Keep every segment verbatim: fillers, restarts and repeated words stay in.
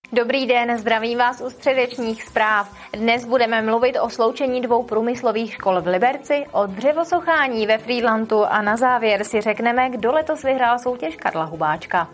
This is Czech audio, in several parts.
Dobrý den, zdravím vás u středečních zpráv. Dnes budeme mluvit o sloučení dvou průmyslových škol v Liberci, o dřevosochání ve Frýdlantu a na závěr si řekneme, kdo letos vyhrál soutěž Karla Hubáčka.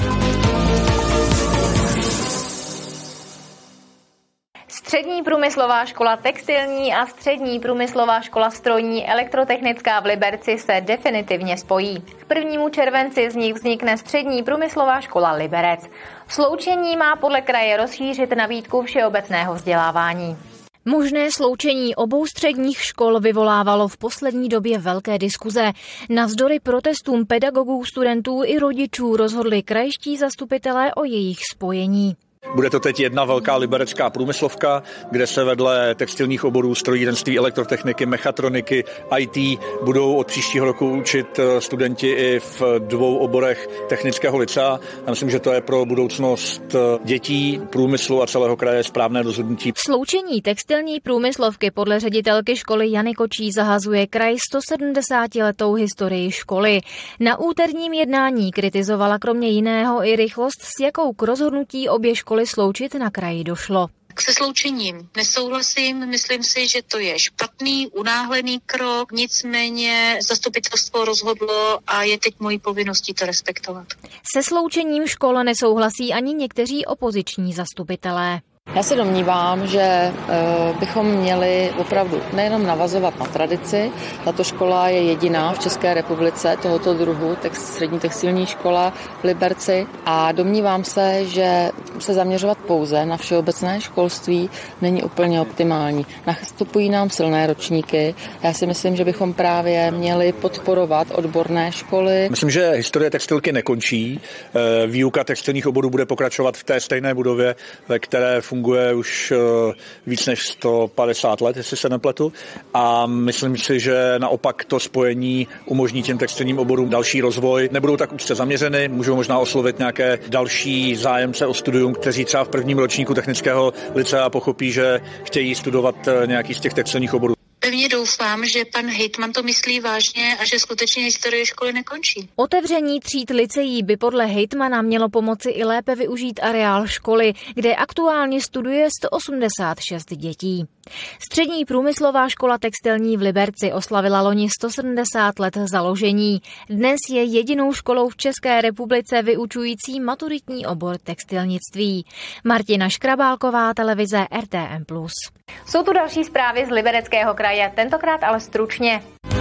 Střední průmyslová škola textilní a střední průmyslová škola strojní elektrotechnická v Liberci se definitivně spojí. K prvnímu červenci z nich vznikne střední průmyslová škola Liberec. Sloučení má podle kraje rozšířit nabídku všeobecného vzdělávání. Možné sloučení obou středních škol vyvolávalo v poslední době velké diskuze. Navzdory protestům pedagogů, studentů i rodičů rozhodli krajští zastupitelé o jejich spojení. Bude to teď jedna velká liberecká průmyslovka, kde se vedle textilních oborů, strojírenství, elektrotechniky, mechatroniky, í té budou od příštího roku učit studenti i v dvou oborech technického lycea. Já myslím, že to je pro budoucnost dětí, průmyslu a celého kraje správné rozhodnutí. Sloučení textilní průmyslovky podle ředitelky školy Jany Kočí zahazuje kraj sto sedmdesátiletou historii školy. Na úterním jednání kritizovala kromě jiného i rychlost, s jakou k rozhodnutí obě školy sloučit na kraji došlo. Se sloučením nesouhlasím, myslím si, že to je špatný, unáhlený krok, nicméně zastupitelstvo rozhodlo a je teď mojí povinností to respektovat. Se sloučením škol nesouhlasí ani někteří opoziční zastupitelé. Já se domnívám, že bychom měli opravdu nejenom navazovat na tradici. Tato škola je jediná v České republice tohoto druhu, text, střední textilní škola v Liberci, a domnívám se, že se zaměřovat pouze na všeobecné školství není úplně optimální. Nastupují nám silné ročníky. Já si myslím, že bychom právě měli podporovat odborné školy. Myslím, že historie textilky nekončí. Výuka textilních oborů bude pokračovat v té stejné budově, ve které funguje už víc než sto padesát let, jestli se nepletu. A myslím si, že naopak to spojení umožní těm textilním oborům další rozvoj. Nebudou tak úzce zaměřeny, můžou možná oslovit nějaké další zájemce o studium, kteří třeba v prvním ročníku technického lycea pochopí, že chtějí studovat nějaký z těch textilních oborů. Pevně doufám, že pan hejtman to myslí vážně a že skutečně historie školy nekončí. Otevření tříd lyceí by podle hejtmana mělo pomoci i lépe využít areál školy, kde aktuálně studuje sto osmdesát šest dětí. Střední průmyslová škola textilní v Liberci oslavila loni sto sedmdesát let založení. Dnes je jedinou školou v České republice vyučující maturitní obor textilnictví. Martina Škrabálková, televize R T M plus. Jsou tu další zprávy z Libereckého kraje, tentokrát ale stručně.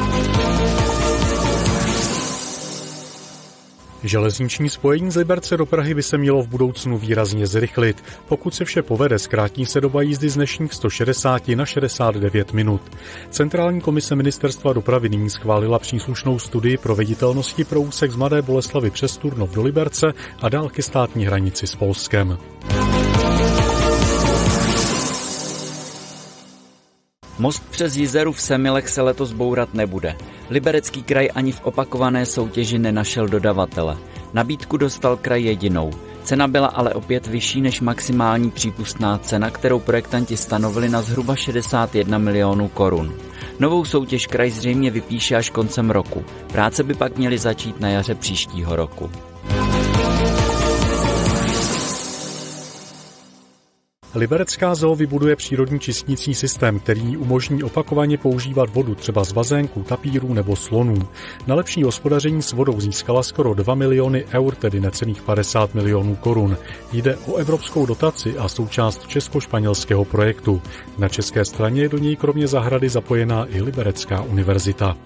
Železniční spojení z Liberce do Prahy by se mělo v budoucnu výrazně zrychlit. Pokud se vše povede, zkrátí se doba jízdy z dnešních sto šedesát na šedesát devět minut. Centrální komise Ministerstva dopravy nyní schválila příslušnou studii proveditelnosti pro úsek z Mladé Boleslavi přes Turnov do Liberce a dál ke státní hranici s Polskem. Most přes Jizeru v Semilech se letos bourat nebude. Liberecký kraj ani v opakované soutěži nenašel dodavatele. Nabídku dostal kraj jedinou. Cena byla ale opět vyšší než maximální přípustná cena, kterou projektanti stanovili na zhruba šedesát jedna milionů korun. Novou soutěž kraj zřejmě vypíše až koncem roku. Práce by pak měly začít na jaře příštího roku. Liberecká zoo vybuduje přírodní čistnící systém, který umožní opakovaně používat vodu třeba z bazénků, tapírů nebo slonů. Na lepší hospodaření s vodou získala skoro dva miliony eur, tedy necelých padesát milionů korun. Jde o evropskou dotaci a součást česko-španělského projektu. Na české straně je do něj kromě zahrady zapojená i Liberecká univerzita.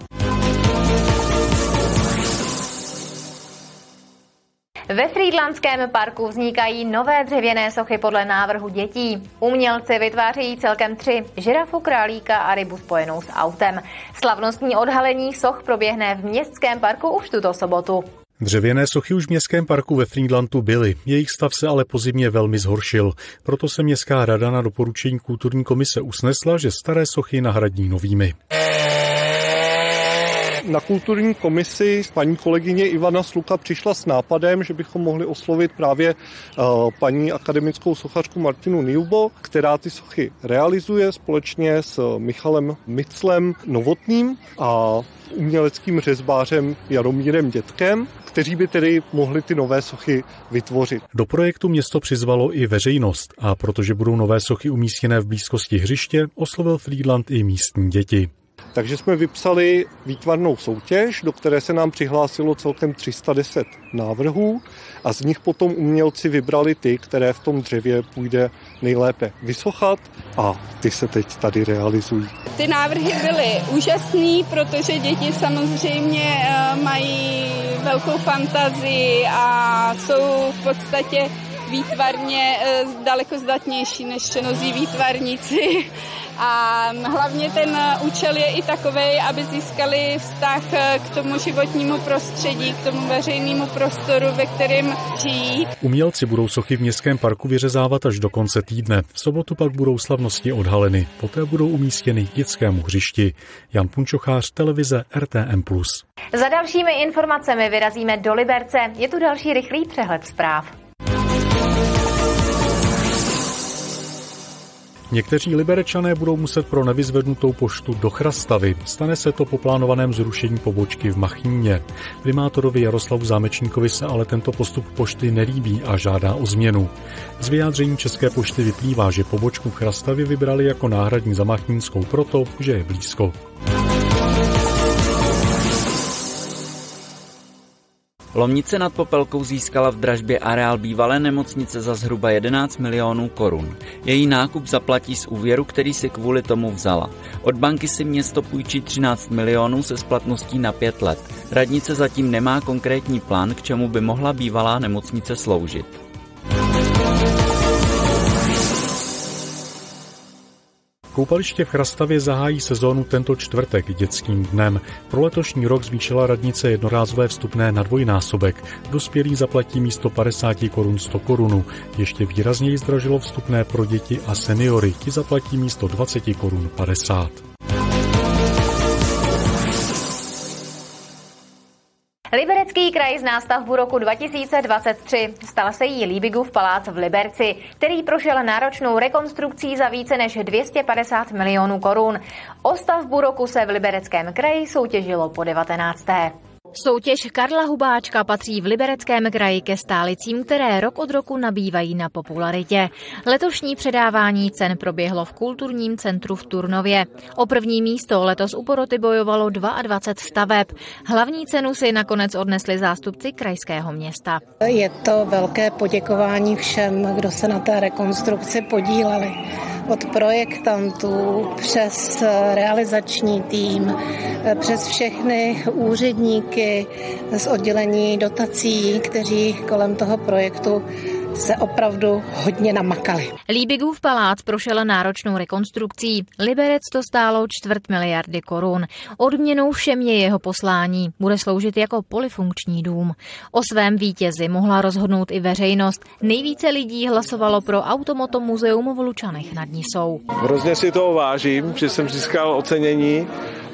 Ve Frýdlantském parku vznikají nové dřevěné sochy podle návrhu dětí. Umělci vytvářejí celkem tři: žirafu, králíka a rybu spojenou s autem. Slavnostní odhalení soch proběhne v městském parku už tuto sobotu. Dřevěné sochy už v městském parku ve Frýdlantu byly, jejich stav se ale po zimě velmi zhoršil. Proto se městská rada na doporučení kulturní komise usnesla, že staré sochy nahradí novými. Na kulturní komisi paní kolegyně Ivana Sluka přišla s nápadem, že bychom mohli oslovit právě uh, paní akademickou sochařku Martinu Nilbo, která ty sochy realizuje společně s Michalem Miclem Novotným a uměleckým řezbářem Jaromírem Dětkem, kteří by tedy mohli ty nové sochy vytvořit. Do projektu město přizvalo i veřejnost a protože budou nové sochy umístěné v blízkosti hřiště, oslovil Frýdlant i místní děti. Takže jsme vypsali výtvarnou soutěž, do které se nám přihlásilo celkem tři sta deset návrhů a z nich potom umělci vybrali ty, které v tom dřevě půjde nejlépe vysochat a ty se teď tady realizují. Ty návrhy byly úžasný, protože děti samozřejmě mají velkou fantazii a jsou v podstatě výtvarně daleko zdatnější než mnozí výtvarníci. A hlavně ten účel je i takovej, aby získali vztah k tomu životnímu prostředí, k tomu veřejnému prostoru, ve kterém žijí. Umělci budou sochy v městském parku vyřezávat až do konce týdne. V sobotu pak budou slavnosti odhaleny. Poté budou umístěny k dětskému hřišti. Jan Punčochář, televize R T M plus. Za dalšími informacemi vyrazíme do Liberce. Je tu další rychlý přehled zpráv. Někteří Liberečané budou muset pro nevyzvednutou poštu do Chrastavy. Stane se to po plánovaném zrušení pobočky v Machníně. Primátorovi Jaroslavu Zámečníkovi se ale tento postup pošty nelíbí a žádá o změnu. Z vyjádření České pošty vyplývá, že pobočku v Chrastavě vybrali jako náhradní za Machnínskou proto, že je blízko. Lomnice nad Popelkou získala v dražbě areál bývalé nemocnice za zhruba jedenáct milionů korun. Její nákup zaplatí z úvěru, který si kvůli tomu vzala. Od banky si město půjčí třináct milionů se splatností na pět let. Radnice zatím nemá konkrétní plán, k čemu by mohla bývalá nemocnice sloužit. Koupaliště v Chrastavě zahájí sezónu tento čtvrtek dětským dnem. Pro letošní rok zvýšila radnice jednorázové vstupné na dvojnásobek. Dospělí zaplatí místo padesát korun sto korun. Ještě výrazněji zdražilo vstupné pro děti a seniory. Ti zaplatí místo dvacet korun padesát. Liberecký kraj zná stavbu roku dva tisíce dvacet tři. Stal se jí Liebigův palác v Liberci, který prošel náročnou rekonstrukcí za více než dvě stě padesát milionů korun. O stavbu roku se v Libereckém kraji soutěžilo po devatenácté. Soutěž Karla Hubáčka patří v Libereckém kraji ke stálicím, které rok od roku nabývají na popularitě. Letošní předávání cen proběhlo v kulturním centru v Turnově. O první místo letos u poroty bojovalo dvacet dva staveb. Hlavní cenu si nakonec odnesli zástupci krajského města. Je to velké poděkování všem, kdo se na té rekonstrukci podíleli. Od projektantů přes realizační tým, přes všechny úředníky z oddělení dotací, kteří kolem toho projektu se opravdu hodně namakali. Liebigův palác prošel náročnou rekonstrukcí. Liberec to stálo čtvrt miliardy korun. Odměnou všem je jeho poslání. Bude sloužit jako polifunkční dům. O svém vítězi mohla rozhodnout i veřejnost. Nejvíce lidí hlasovalo pro Automoto muzeum v Lučanech nad Nisou. Hrozně si toho vážím, že jsem získal ocenění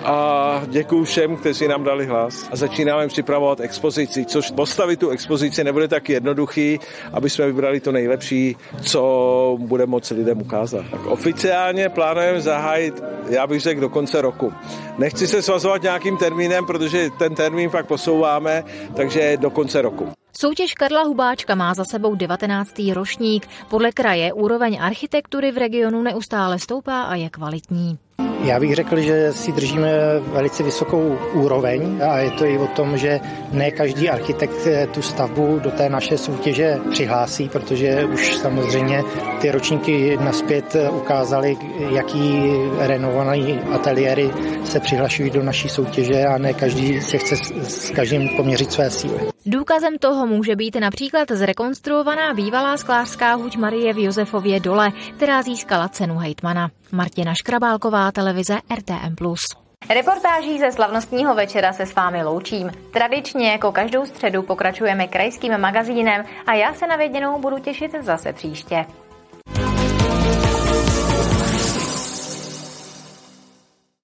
a děkuji všem, kteří nám dali hlas. A začínáme připravovat expozici, což postavit tu expozici nebude tak jednoduchý, aby jsme vybrali to nejlepší, co bude moci lidem ukázat. Tak oficiálně plánujeme zahájit, já bych řekl, do konce roku. Nechci se svazovat nějakým termínem, protože ten termín fakt posouváme, takže do konce roku. Soutěž Karla Hubáčka má za sebou devatenáctý ročník. Podle kraje úroveň architektury v regionu neustále stoupá a je kvalitní. Já bych řekl, že si držíme velice vysokou úroveň a je to i o tom, že ne každý architekt tu stavbu do té naše soutěže přihlásí, protože už samozřejmě ty ročníky nazpět ukázaly, jaký renovovaný ateliéry se přihlašují do naší soutěže a ne každý se chce s každým poměřit své síly. Důkazem toho může být například zrekonstruovaná bývalá sklářská huť Marie v Josefově Dole, která získala cenu hejtmana. Martina Škrabálková, televize R T M plus. Reportáží ze slavnostního večera se s vámi loučím. Tradičně jako každou středu pokračujeme krajským magazínem a já se na viděnou budu těšit zase příště.